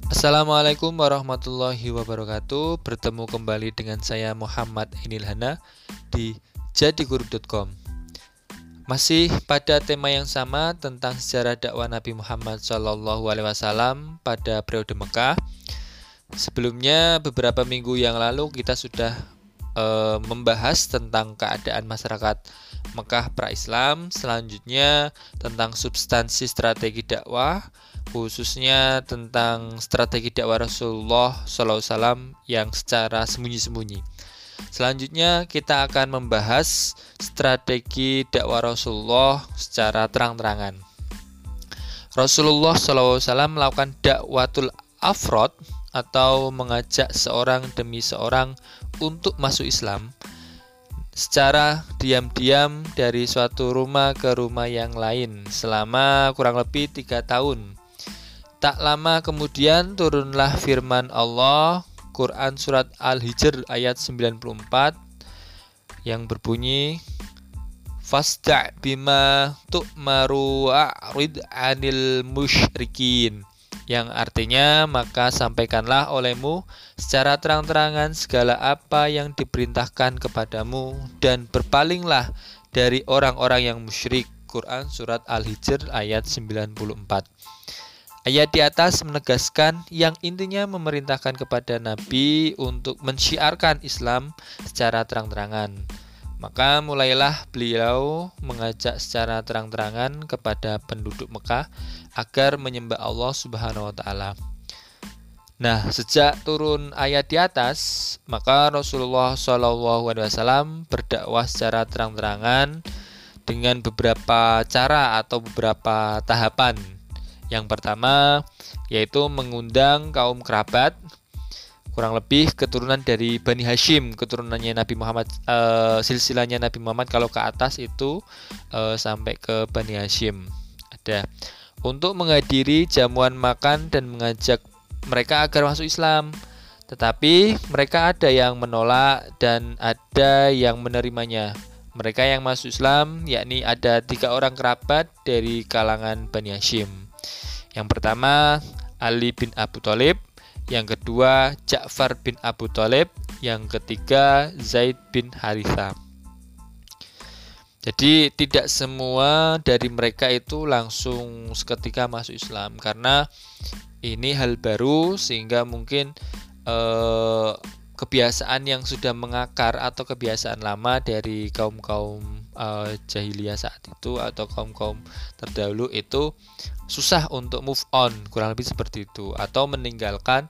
Assalamualaikum warahmatullahi wabarakatuh. Bertemu kembali dengan saya Muhammad Inilhana di jadiguru.com. Masih pada tema yang sama tentang sejarah dakwah Nabi Muhammad SAW pada periode Mekah. Sebelumnya beberapa minggu yang lalu kita sudah membahas tentang keadaan masyarakat Mekah pra-Islam. Selanjutnya tentang substansi strategi dakwah, khususnya tentang strategi dakwah Rasulullah SAW yang secara sembunyi-sembunyi. Selanjutnya kita akan membahas strategi dakwah Rasulullah secara terang-terangan. Rasulullah SAW melakukan dakwatul afrod atau mengajak seorang demi seorang untuk masuk Islam secara diam-diam dari suatu rumah ke rumah yang lain selama kurang lebih 3 tahun. Tak lama kemudian turunlah firman Allah, Quran surat Al-Hijr ayat 94 yang berbunyi, Fasda' bima tu'maru a'rid 'anil musyrikin, yang artinya maka sampaikanlah olehmu secara terang-terangan segala apa yang diperintahkan kepadamu dan berpalinglah dari orang-orang yang musyrik. Quran surat Al-Hijr ayat 94. Ayat di atas menegaskan yang intinya memerintahkan kepada Nabi untuk mensyiarkan Islam secara terang-terangan. Maka mulailah beliau mengajak secara terang-terangan kepada penduduk Mekah agar menyembah Allah Subhanahu wa taala. Nah, sejak turun ayat di atas, maka Rasulullah SAW berdakwah secara terang-terangan dengan beberapa cara atau beberapa tahapan. Yang pertama yaitu mengundang kaum kerabat, kurang lebih keturunan dari Bani Hashim, keturunannya Nabi Muhammad, silsilahnya Nabi Muhammad kalau ke atas itu sampai ke Bani Hashim ada, untuk menghadiri jamuan makan dan mengajak mereka agar masuk Islam. Tetapi mereka ada yang menolak dan ada yang menerimanya. Mereka yang masuk Islam yakni ada 3 orang kerabat dari kalangan Bani Hashim. Yang pertama Ali bin Abu Thalib, yang kedua Ja'far bin Abu Thalib, yang ketiga Zaid bin Haritha. Jadi tidak semua dari mereka itu langsung seketika masuk Islam, karena ini hal baru sehingga mungkin kebiasaan yang sudah mengakar atau kebiasaan lama dari kaum-kaum jahiliyah saat itu atau kaum-kaum terdahulu itu susah untuk move on, kurang lebih seperti itu, atau meninggalkan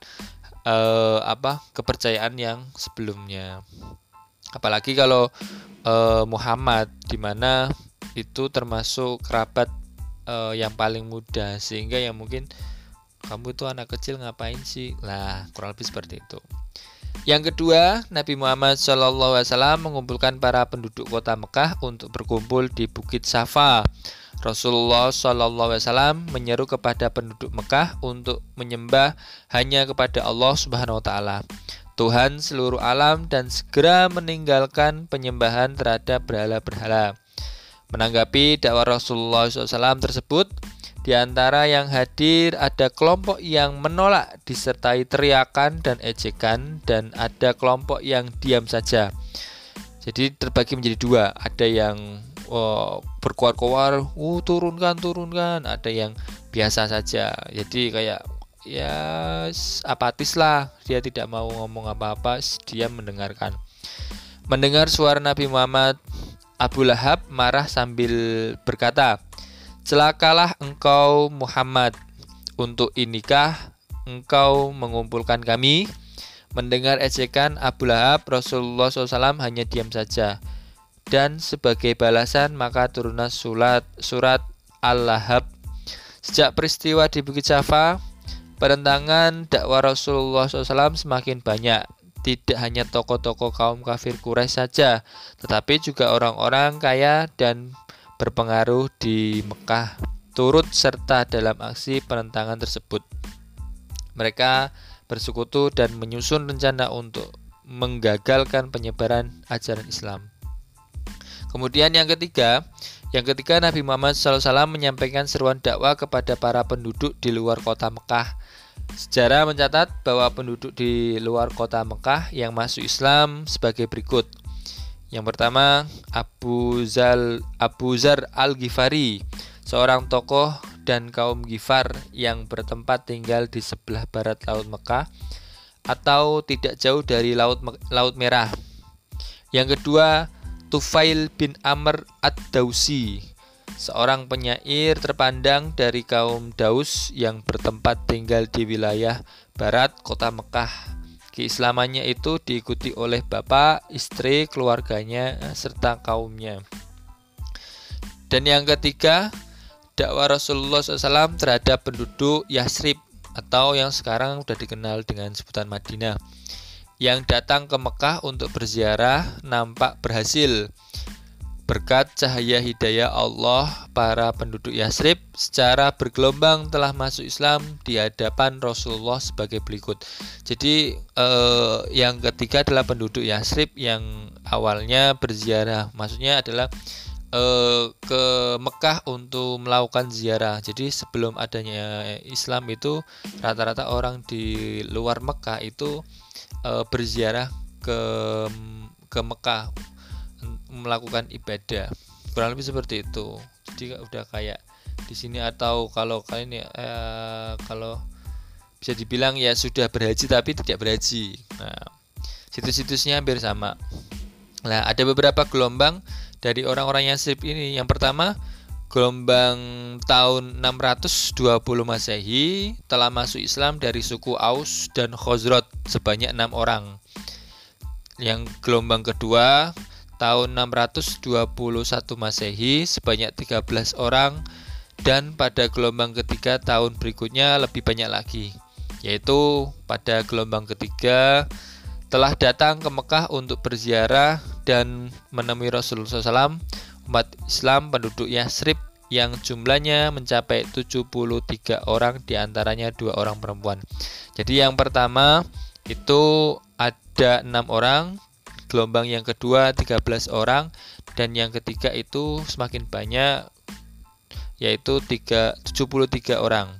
kepercayaan yang sebelumnya. Apalagi kalau Muhammad, di mana itu termasuk kerabat yang paling muda, sehingga yang mungkin kamu itu anak kecil ngapain sih? Lah, kurang lebih seperti itu. Yang kedua, Nabi Muhammad SAW mengumpulkan para penduduk kota Mekah untuk berkumpul di Bukit Safa. Rasulullah SAW menyeru kepada penduduk Mekah untuk menyembah hanya kepada Allah Subhanahu wa taala, Tuhan seluruh alam, dan segera meninggalkan penyembahan terhadap berhala-berhala. Menanggapi dakwah Rasulullah SAW tersebut, di antara yang hadir ada kelompok yang menolak disertai teriakan dan ejekan, dan ada kelompok yang diam saja. Jadi terbagi menjadi 2, ada yang berkoar-koar, turunkan, ada yang biasa saja. Jadi kayak ya apatis lah, dia tidak mau ngomong apa-apa, dia mendengarkan. Mendengar suara Nabi Muhammad, Abu Lahab marah sambil berkata, celakalah engkau Muhammad, untuk inikah engkau mengumpulkan kami? Mendengar ejekan Abu Lahab, Rasulullah SAW hanya diam saja. Dan sebagai balasan maka turunlah surat Al-Lahab. Sejak peristiwa di Bukit Safa, penentangan dakwah Rasulullah SAW semakin banyak. Tidak hanya tokoh-tokoh kaum kafir Quraisy saja, tetapi juga orang-orang kaya dan berpengaruh di Mekah turut serta dalam aksi penentangan tersebut. Mereka bersekutu dan menyusun rencana untuk menggagalkan penyebaran ajaran Islam. Kemudian yang ketiga Nabi Muhammad SAW menyampaikan seruan dakwah kepada para penduduk di luar kota Mekah. Sejarah mencatat bahwa penduduk di luar kota Mekah yang masuk Islam sebagai berikut. Yang pertama, Abu Zar Al-Ghifari, seorang tokoh dan kaum Ghifar yang bertempat tinggal di sebelah barat Laut Mekah atau tidak jauh dari Laut Merah. Yang kedua, Tufail bin Amr Ad-Dausi, seorang penyair terpandang dari kaum Daus yang bertempat tinggal di wilayah barat kota Mekah. Keislamannya itu diikuti oleh bapak, istri, keluarganya, serta kaumnya. Dan yang ketiga, dakwah Rasulullah SAW terhadap penduduk Yasrib atau yang sekarang sudah dikenal dengan sebutan Madinah, yang datang ke Mekah untuk berziarah nampak berhasil. Berkat cahaya hidayah Allah, para penduduk Yasrib secara bergelombang telah masuk Islam di hadapan Rasulullah sebagai berikut. Jadi yang ketiga adalah penduduk Yasrib yang awalnya berziarah, maksudnya adalah ke Mekah untuk melakukan ziarah. Jadi sebelum adanya Islam itu rata-rata orang di luar Mekah itu berziarah ke Mekah melakukan ibadah, kurang lebih seperti itu. Jadi udah kayak di sini, atau kalau kalian kalau bisa dibilang ya sudah berhaji tapi tidak berhaji. Nah, situs-situsnya hampir sama. Nah, ada beberapa gelombang dari orang-orang Yasrib ini. Yang pertama, gelombang tahun 620 Masehi telah masuk Islam dari suku Aus dan Khazraj sebanyak 6 orang. Yang gelombang kedua tahun 621 Masehi sebanyak 13 orang, dan pada gelombang ketiga tahun berikutnya lebih banyak lagi, yaitu pada gelombang ketiga telah datang ke Mekah untuk berziarah dan menemui Rasulullah SAW, umat Islam penduduk Yasrib yang jumlahnya mencapai 73 orang, diantaranya 2 orang perempuan. Jadi yang pertama itu ada 6 orang, gelombang yang kedua 13 orang, dan yang ketiga itu semakin banyak, yaitu 73 orang.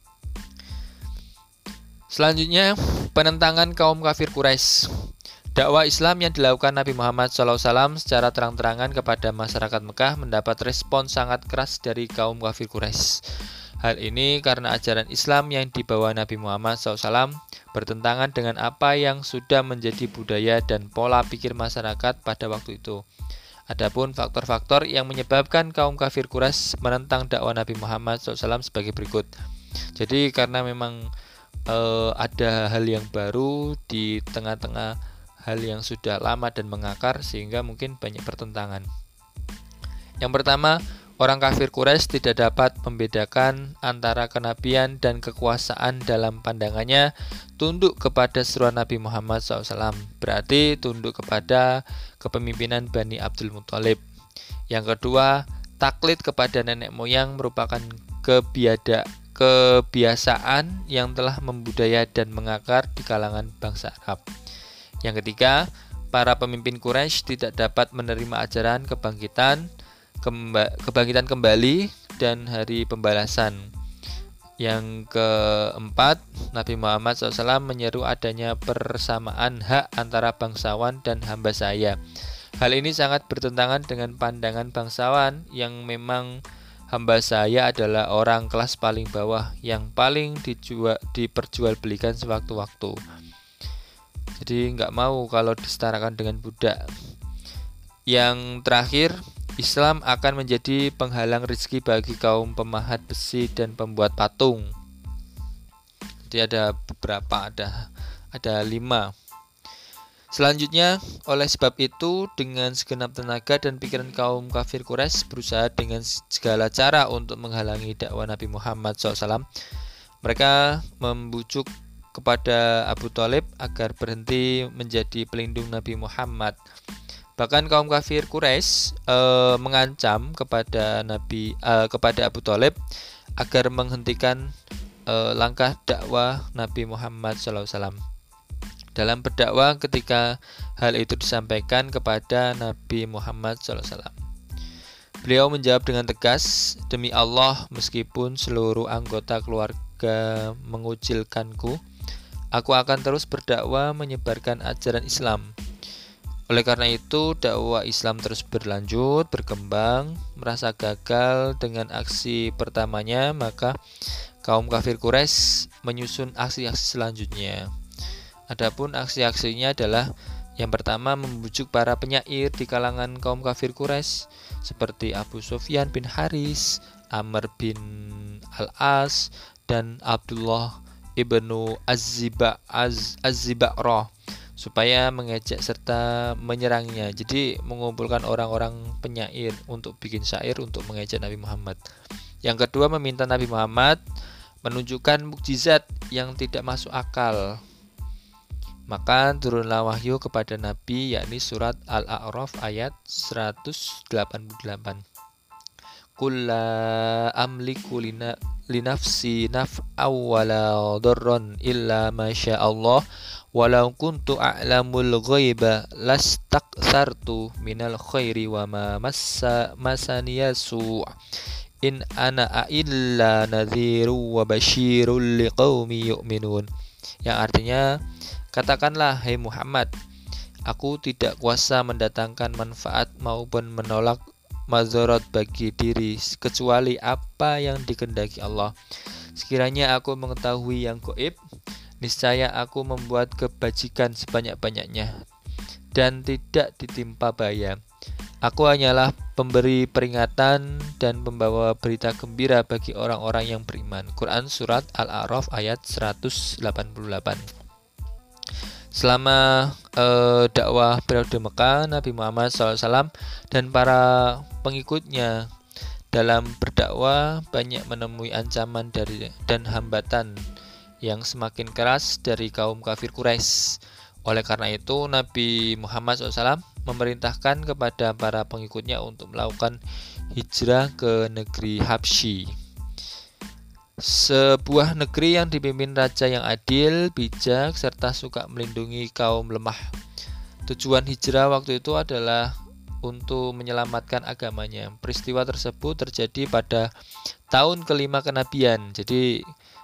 Selanjutnya, penentangan kaum kafir Quraisy. Dakwah Islam yang dilakukan Nabi Muhammad SAW secara terang-terangan kepada masyarakat Mekah mendapat respon sangat keras dari kaum kafir Quraisy. Hal ini karena ajaran Islam yang dibawa Nabi Muhammad SAW bertentangan dengan apa yang sudah menjadi budaya dan pola pikir masyarakat pada waktu itu. Adapun faktor-faktor yang menyebabkan kaum kafir Quraisy menentang dakwah Nabi Muhammad SAW sebagai berikut. Jadi karena memang ada hal yang baru di tengah-tengah hal yang sudah lama dan mengakar, sehingga mungkin banyak pertentangan. Yang pertama, orang kafir Quraisy tidak dapat membedakan antara kenabian dan kekuasaan dalam pandangannya. Tunduk kepada seruan Nabi Muhammad SAW berarti tunduk kepada kepemimpinan Bani Abdul Muthalib. Yang kedua, taklid kepada nenek moyang merupakan kebiasaan yang telah membudaya dan mengakar di kalangan bangsa Arab. Yang ketiga, para pemimpin Quraisy tidak dapat menerima ajaran kebangkitan kembali dan hari pembalasan. Yang keempat, Nabi Muhammad SAW menyeru adanya persamaan hak antara bangsawan dan hamba sahaya. Hal ini sangat bertentangan dengan pandangan bangsawan yang memang hamba sahaya adalah orang kelas paling bawah yang paling diperjualbelikan sewaktu-waktu. Jadi nggak mau kalau disetarakan dengan budak. Yang terakhir, Islam akan menjadi penghalang rezeki bagi kaum pemahat besi dan pembuat patung. Jadi ada beberapa, ada 5. Selanjutnya, oleh sebab itu, dengan segenap tenaga dan pikiran kaum kafir Quraisy berusaha dengan segala cara untuk menghalangi dakwah Nabi Muhammad SAW. Mereka membujuk kepada Abu Thalib agar berhenti menjadi pelindung Nabi Muhammad. Bahkan kaum kafir Quraisy mengancam kepada Abu Thalib agar menghentikan langkah dakwah Nabi Muhammad SAW. Dalam berdakwah ketika hal itu disampaikan kepada Nabi Muhammad SAW, beliau menjawab dengan tegas, "Demi Allah, meskipun seluruh anggota warga mengucilkanku, aku akan terus berdakwah menyebarkan ajaran Islam. Oleh karena itu, dakwah Islam terus berlanjut, berkembang. Merasa gagal dengan aksi pertamanya, maka kaum kafir Quraisy menyusun aksi-aksi selanjutnya. Adapun aksi-aksinya adalah yang pertama, membujuk para penyair di kalangan kaum kafir Quraisy seperti Abu Sufyan bin Haris, Amr bin Al-As, dan Abdullah ibnu Az-Ziba'rah supaya mengejek serta menyerangnya. Jadi mengumpulkan orang-orang penyair untuk bikin syair untuk mengejek Nabi Muhammad. Yang kedua, meminta Nabi Muhammad menunjukkan mukjizat yang tidak masuk akal. Maka turunlah wahyu kepada Nabi, yakni surat Al-A'raf ayat 188. Qul la amliku linafsi naf'aw wala darran illa ma syaa Allah walau kuntu a'lamul ghaiba lastakthartu minal khairi wa ma masaniya su' in ana illa nadhiru wa basyirul liqaumi yu'minun. Yang artinya, katakanlah, hai Muhammad, aku tidak kuasa mendatangkan manfaat maupun menolak madzarat bagi diri kecuali apa yang dikehendaki Allah. Sekiranya aku mengetahui yang gaib, niscaya aku membuat kebajikan sebanyak-banyaknya dan tidak ditimpa bahaya. Aku hanyalah pemberi peringatan dan pembawa berita gembira bagi orang-orang yang beriman. Quran Surat Al-A'raf ayat 188. Selama dakwah periode Mekah, Nabi Muhammad SAW dan para pengikutnya dalam berdakwah banyak menemui ancaman dan hambatan yang semakin keras dari kaum kafir Quraisy. Oleh karena itu, Nabi Muhammad SAW memerintahkan kepada para pengikutnya untuk melakukan hijrah ke negeri Habsyi, sebuah negeri yang dipimpin raja yang adil, bijak, serta suka melindungi kaum lemah. Tujuan hijrah waktu itu adalah untuk menyelamatkan agamanya. Peristiwa tersebut terjadi pada tahun kelima kenabian. Jadi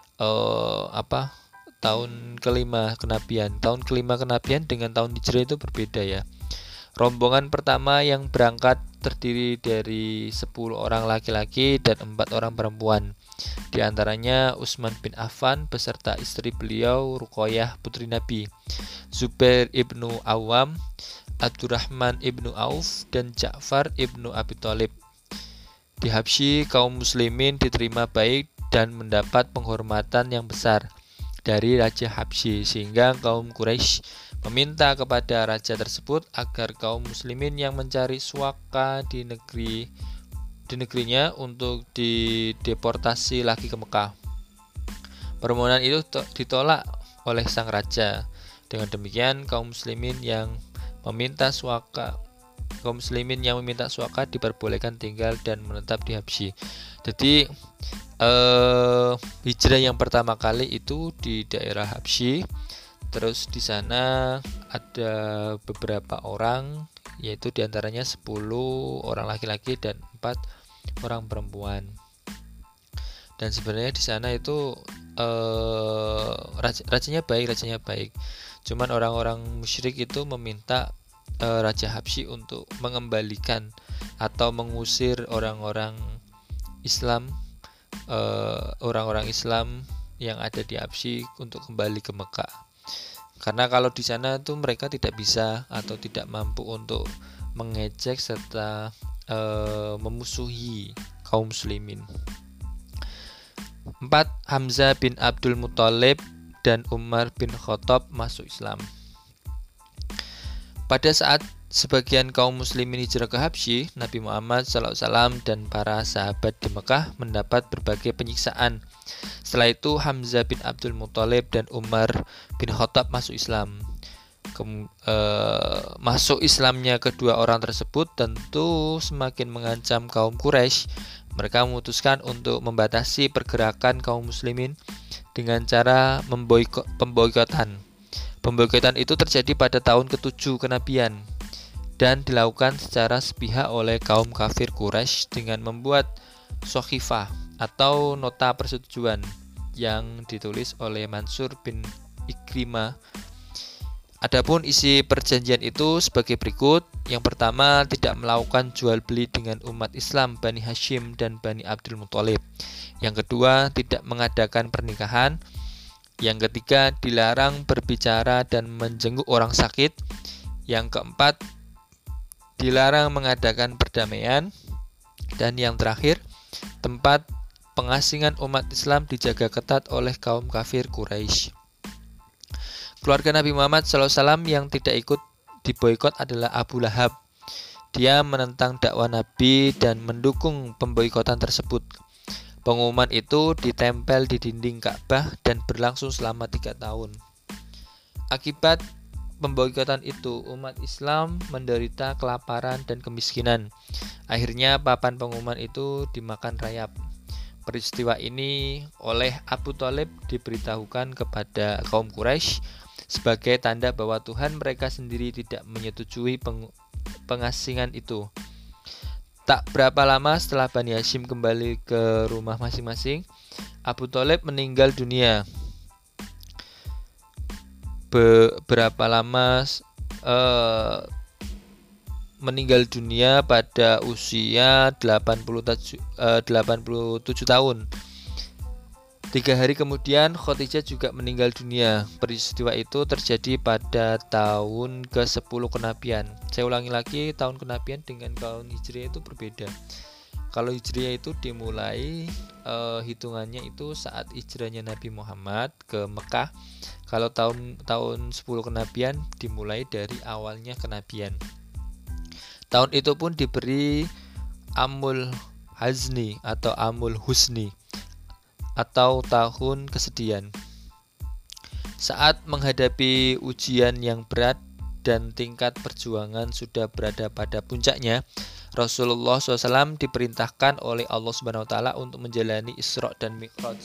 tahun kelima kenabian. Tahun kelima kenabian dengan tahun hijrah itu berbeda ya. Rombongan pertama yang berangkat terdiri dari 10 orang laki-laki dan 4 orang perempuan. Di antaranya Utsman bin Affan beserta istri beliau Ruqayyah putri Nabi, Zubair ibnu Awam, Abdurrahman ibnu Auf, dan Ja'far ibnu Abi Thalib. Di Habsyi, kaum muslimin diterima baik dan mendapat penghormatan yang besar dari Raja Habsyi, sehingga kaum Quraisy meminta kepada raja tersebut agar kaum muslimin yang mencari suaka di negerinya untuk dideportasi lagi ke Mekah. Permohonan itu ditolak oleh sang raja. Dengan demikian, kaum muslimin yang meminta suaka diperbolehkan tinggal dan menetap di Habsyi. Jadi hijrah yang pertama kali itu di daerah Habsyi. Terus di sana ada beberapa orang, yaitu diantaranya 10 orang laki-laki dan 4 orang perempuan. Dan sebenarnya di sana itu rajanya baik. Cuman orang-orang musyrik itu meminta Raja Habsyi untuk mengembalikan atau mengusir orang-orang Islam yang ada di Habsyi untuk kembali ke Mekah. Karena kalau di sana tuh mereka tidak bisa atau tidak mampu untuk mengejek serta memusuhi kaum muslimin. 4. Hamzah bin Abdul Muthalib dan Umar bin Khattab masuk Islam. Pada saat sebagian kaum muslimin hijrah ke Habsyi, Nabi Muhammad SAW dan para sahabat di Mekah mendapat berbagai penyiksaan. Setelah itu Hamzah bin Abdul Muthalib dan Umar bin Khattab masuk Islam. Masuk Islamnya kedua orang tersebut tentu semakin mengancam kaum Quraisy. Mereka memutuskan untuk membatasi pergerakan kaum muslimin dengan cara pemboikotan. Pemboikotan itu terjadi pada tahun ke-7 kenabian dan dilakukan secara sepihak oleh kaum kafir Quraisy dengan membuat sohifah atau nota persetujuan yang ditulis oleh Mansur bin Ikrimah. Adapun isi perjanjian itu sebagai berikut. Yang pertama, tidak melakukan jual beli dengan umat Islam Bani Hashim dan Bani Abdul Muthalib. Yang kedua, tidak mengadakan pernikahan. Yang ketiga, dilarang berbicara dan menjenguk orang sakit. Yang keempat, dilarang mengadakan perdamaian. Dan yang terakhir, tempat pengasingan umat Islam dijaga ketat oleh kaum kafir Quraisy. Keluarga Nabi Muhammad SAW yang tidak ikut diboikot adalah Abu Lahab. Dia menentang dakwah Nabi dan mendukung pemboikotan tersebut. Pengumuman itu ditempel di dinding Ka'bah dan berlangsung selama 3 tahun. Akibat pemboikotan itu, umat Islam menderita kelaparan dan kemiskinan. Akhirnya papan pengumuman itu dimakan rayap. Peristiwa ini oleh Abu Thalib diberitahukan kepada kaum Quraisy sebagai tanda bahwa Tuhan mereka sendiri tidak menyetujui pengasingan itu. Tak berapa lama setelah Bani Hashim kembali ke rumah masing-masing, Abu Thalib meninggal dunia. Berapa lama meninggal dunia pada usia 87 tahun. 3 hari kemudian Khadijah juga meninggal dunia. Peristiwa itu terjadi pada tahun ke-10 kenabian. Saya ulangi lagi, tahun kenabian dengan tahun Hijriah itu berbeda. Kalau Hijriah itu dimulai hitungannya itu saat hijrahnya Nabi Muhammad ke Mekah. Kalau tahun 10 kenabian dimulai dari awalnya kenabian. Tahun itu pun diberi Amul Hazni atau Amul Husni atau tahun kesedihan. Saat menghadapi ujian yang berat dan tingkat perjuangan sudah berada pada puncaknya, Rasulullah SAW diperintahkan oleh Allah Subhanahu Wa Taala untuk menjalani Isra dan Mi'raj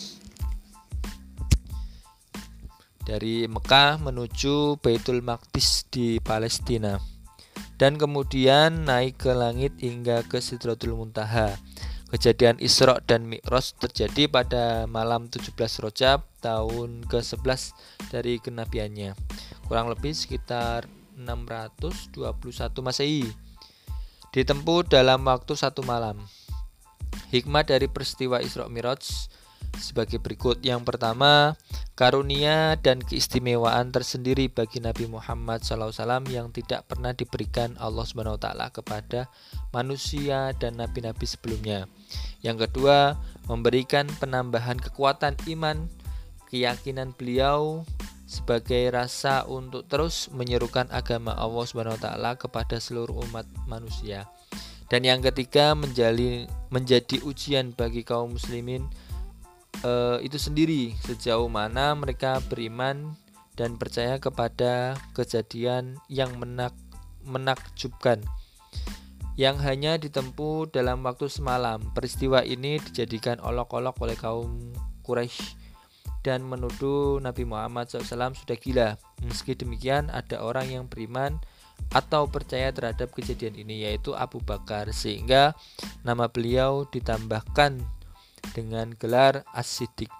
dari Mekah menuju Baitul Maqdis di Palestina, dan kemudian naik ke langit hingga ke Sidratul Muntaha. Kejadian Isra dan Mi'raj terjadi pada malam 17 Rajab tahun ke-11 dari kenabiannya, kurang lebih sekitar 621 Masehi. Ditempuh dalam waktu 1 malam. Hikmah dari peristiwa Isra Mi'raj sebagai berikut. Yang pertama, karunia dan keistimewaan tersendiri bagi Nabi Muhammad SAW yang tidak pernah diberikan Allah Subhanahu Wa Taala kepada manusia dan nabi-nabi sebelumnya. Yang kedua, memberikan penambahan kekuatan iman, keyakinan beliau sebagai rasa untuk terus menyerukan agama Allah Subhanahu Wa Taala kepada seluruh umat manusia. Dan yang ketiga, menjadi ujian bagi kaum muslimin itu sendiri, sejauh mana mereka beriman dan percaya kepada kejadian yang menakjubkan yang hanya ditempuh dalam waktu semalam. Peristiwa ini dijadikan olok-olok oleh kaum Quraisy dan menuduh Nabi Muhammad SAW sudah gila. Meski demikian, ada orang yang beriman atau percaya terhadap kejadian ini, yaitu Abu Bakar, sehingga nama beliau ditambahkan dengan gelar As-Siddiq.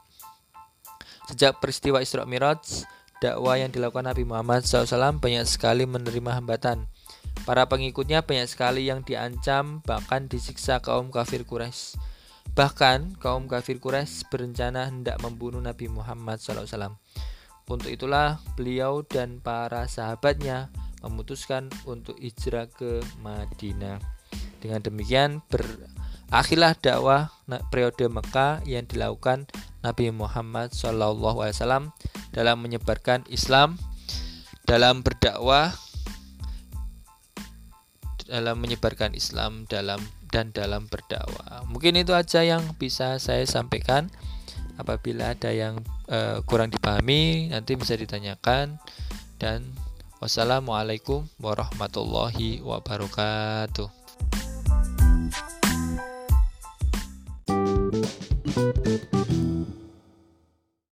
Sejak peristiwa Isra Mi'raj, dakwah yang dilakukan Nabi Muhammad SAW banyak sekali menerima hambatan. Para pengikutnya banyak sekali yang diancam, bahkan disiksa kaum kafir Quraisy. Bahkan kaum kafir Quraisy berencana hendak membunuh Nabi Muhammad SAW. Untuk itulah beliau dan para sahabatnya memutuskan untuk hijrah ke Madinah. Dengan demikian berakhirlah dakwah periode Mekah yang dilakukan Nabi Muhammad SAW dalam menyebarkan Islam, dalam berdakwah, dalam menyebarkan Islam dalam berdakwah. Mungkin itu aja yang bisa saya sampaikan. Apabila ada yang kurang dipahami, nanti bisa ditanyakan. Dan wassalamualaikum warahmatullahi wabarakatuh.